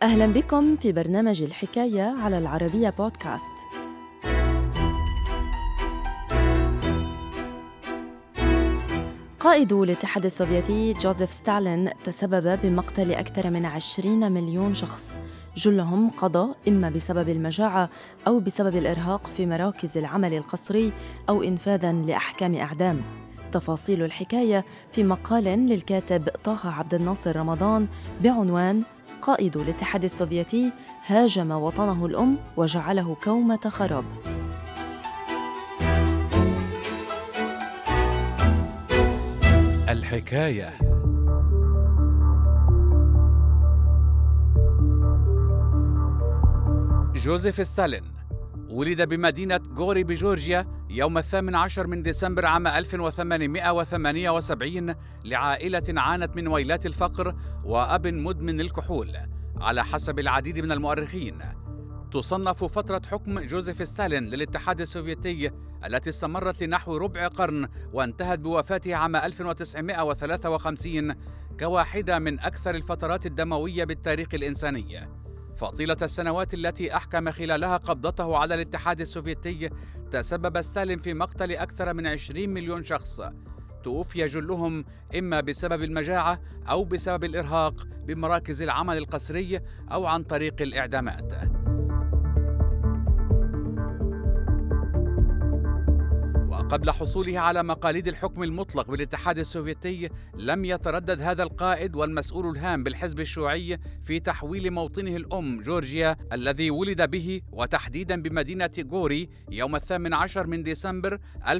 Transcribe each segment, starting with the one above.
أهلا بكم في برنامج الحكاية على العربية بودكاست. قائد الاتحاد السوفيتي جوزيف ستالين تسبب بمقتل أكثر من 20 مليون شخص، جلهم قضى إما بسبب المجاعة أو بسبب الإرهاق في مراكز العمل القسري أو إنفاذاً لأحكام إعدام. تفاصيل الحكاية في مقال للكاتب طه عبد الناصر رمضان بعنوان قائد الاتحاد السوفيتي هاجم وطنه الأم وجعله كومة خراب. الحكاية. جوزيف ستالين ولد بمدينة غوري بجورجيا يوم 18 من ديسمبر عام 1878 لعائلة عانت من ويلات الفقر وأب مدمن الكحول. على حسب العديد من المؤرخين، تصنف فترة حكم جوزيف ستالين للاتحاد السوفيتي التي استمرت لنحو ربع قرن وانتهت بوفاته عام 1953 كواحدة من أكثر الفترات الدموية بالتاريخ الإنساني. فطيلة السنوات التي أحكم خلالها قبضته على الاتحاد السوفيتي تسبب ستالين في مقتل أكثر من 20 مليون شخص، توفي جلهم إما بسبب المجاعة أو بسبب الإرهاق بمراكز العمل القسري أو عن طريق الإعدامات. وقبل حصوله على مقاليد الحكم المطلق بالاتحاد السوفيتي، لم يتردد هذا القائد والمسؤول الهام بالحزب الشيوعي في تحويل موطنه الأم جورجيا الذي ولد به، وتحديدا بمدينة غوري، يوم 18 من ديسمبر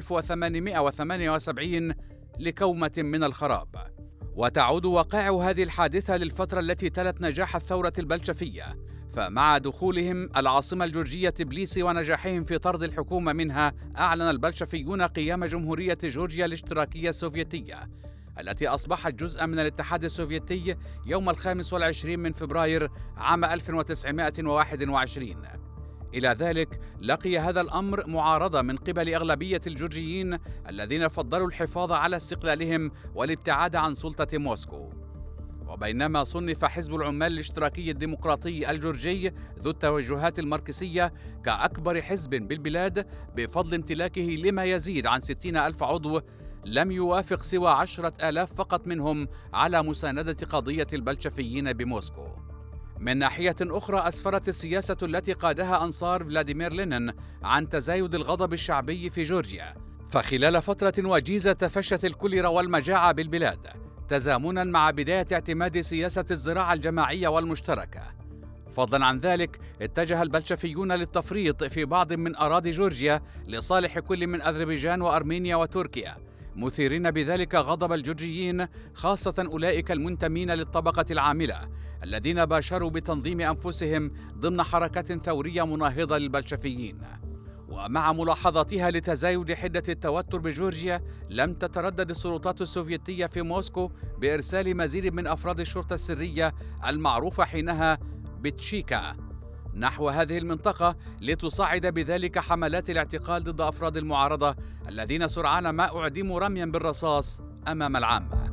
1878 لكومة من الخراب. وتعود وقائع هذه الحادثة للفترة التي تلت نجاح الثورة البلشفية، فمع دخولهم العاصمة الجورجية تبليسي ونجاحهم في طرد الحكومة منها، أعلن البلشفيون قيام جمهورية جورجيا الاشتراكية السوفيتية التي أصبحت جزءا من الاتحاد السوفيتي يوم 25 من فبراير عام 1921. إلى ذلك لقي هذا الأمر معارضة من قبل أغلبية الجورجيين الذين فضلوا الحفاظ على استقلالهم والابتعاد عن سلطة موسكو. وبينما صنف حزب العمال الاشتراكي الديمقراطي الجورجي ذو التوجهات الماركسية كأكبر حزب بالبلاد بفضل امتلاكه لما يزيد عن 60,000 عضو، لم يوافق سوى 10,000 فقط منهم على مساندة قضية البلشفيين بموسكو. من ناحية أخرى، أسفرت السياسة التي قادها أنصار فلاديمير لينين عن تزايد الغضب الشعبي في جورجيا، فخلال فترة وجيزة تفشت الكوليرا والمجاعة بالبلاد، تزامنا مع بداية اعتماد سياسة الزراعة الجماعية والمشتركة. فضلا عن ذلك، اتجه البلشفيون للتفريط في بعض من أراضي جورجيا لصالح كل من أذربيجان وأرمينيا وتركيا، مثيرين بذلك غضب الجورجيين، خاصة أولئك المنتمين للطبقة العاملة الذين باشروا بتنظيم أنفسهم ضمن حركة ثورية مناهضة للبلشفيين. ومع ملاحظتها لتزايد حدة التوتر بجورجيا، لم تتردد السلطات السوفيتية في موسكو بإرسال مزيد من أفراد الشرطة السرية المعروفة حينها بتشيكا نحو هذه المنطقة، لتصعد بذلك حملات الاعتقال ضد أفراد المعارضة الذين سرعان ما أعدموا رميا بالرصاص أمام العامة.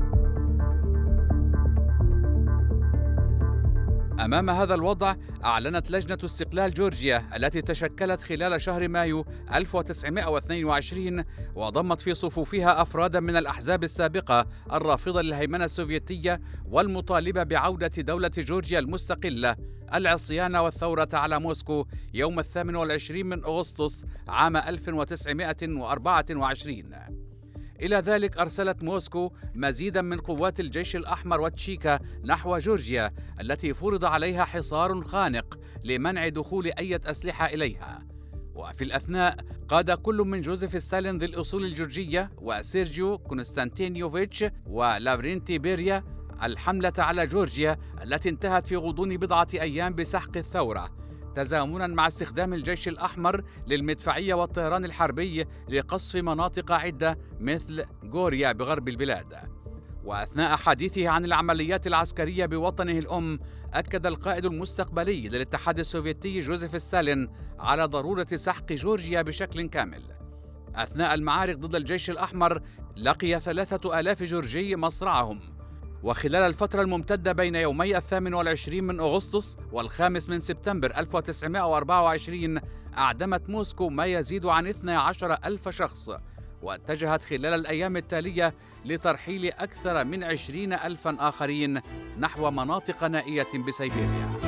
أمام هذا الوضع، أعلنت لجنة استقلال جورجيا التي تشكلت خلال شهر مايو 1922 وضمت في صفوفها أفرادا من الأحزاب السابقة الرافضة للهيمنة السوفيتية والمطالبة بعودة دولة جورجيا المستقلة، العصيان والثورة على موسكو يوم 28 من أغسطس عام 1924. إلى ذلك أرسلت موسكو مزيدا من قوات الجيش الأحمر وتشيكا نحو جورجيا التي فرض عليها حصار خانق لمنع دخول أي أسلحة إليها. وفي الأثناء قاد كل من جوزيف ستالين ذي الأصول الجورجية وسيرجيو كونستانتينيوفيتش ولافرينتي بيريا الحملة على جورجيا التي انتهت في غضون بضعة أيام بسحق الثورة، تزامنا مع استخدام الجيش الأحمر للمدفعية والطيران الحربي لقصف مناطق عدة مثل غوريا بغرب البلاد. وأثناء حديثه عن العمليات العسكرية بوطنه الأم، أكد القائد المستقبلي للاتحاد السوفيتي جوزيف ستالين على ضرورة سحق جورجيا بشكل كامل. أثناء المعارك ضد الجيش الأحمر، لقي 3,000 جورجي مصرعهم، وخلال الفترة الممتدة بين يومي 28 من أغسطس و5 من سبتمبر 1924 أعدمت موسكو ما يزيد عن 12,000 شخص، واتجهت خلال الأيام التالية لترحيل أكثر من 20,000 آخرين نحو مناطق نائية بسيبيريا.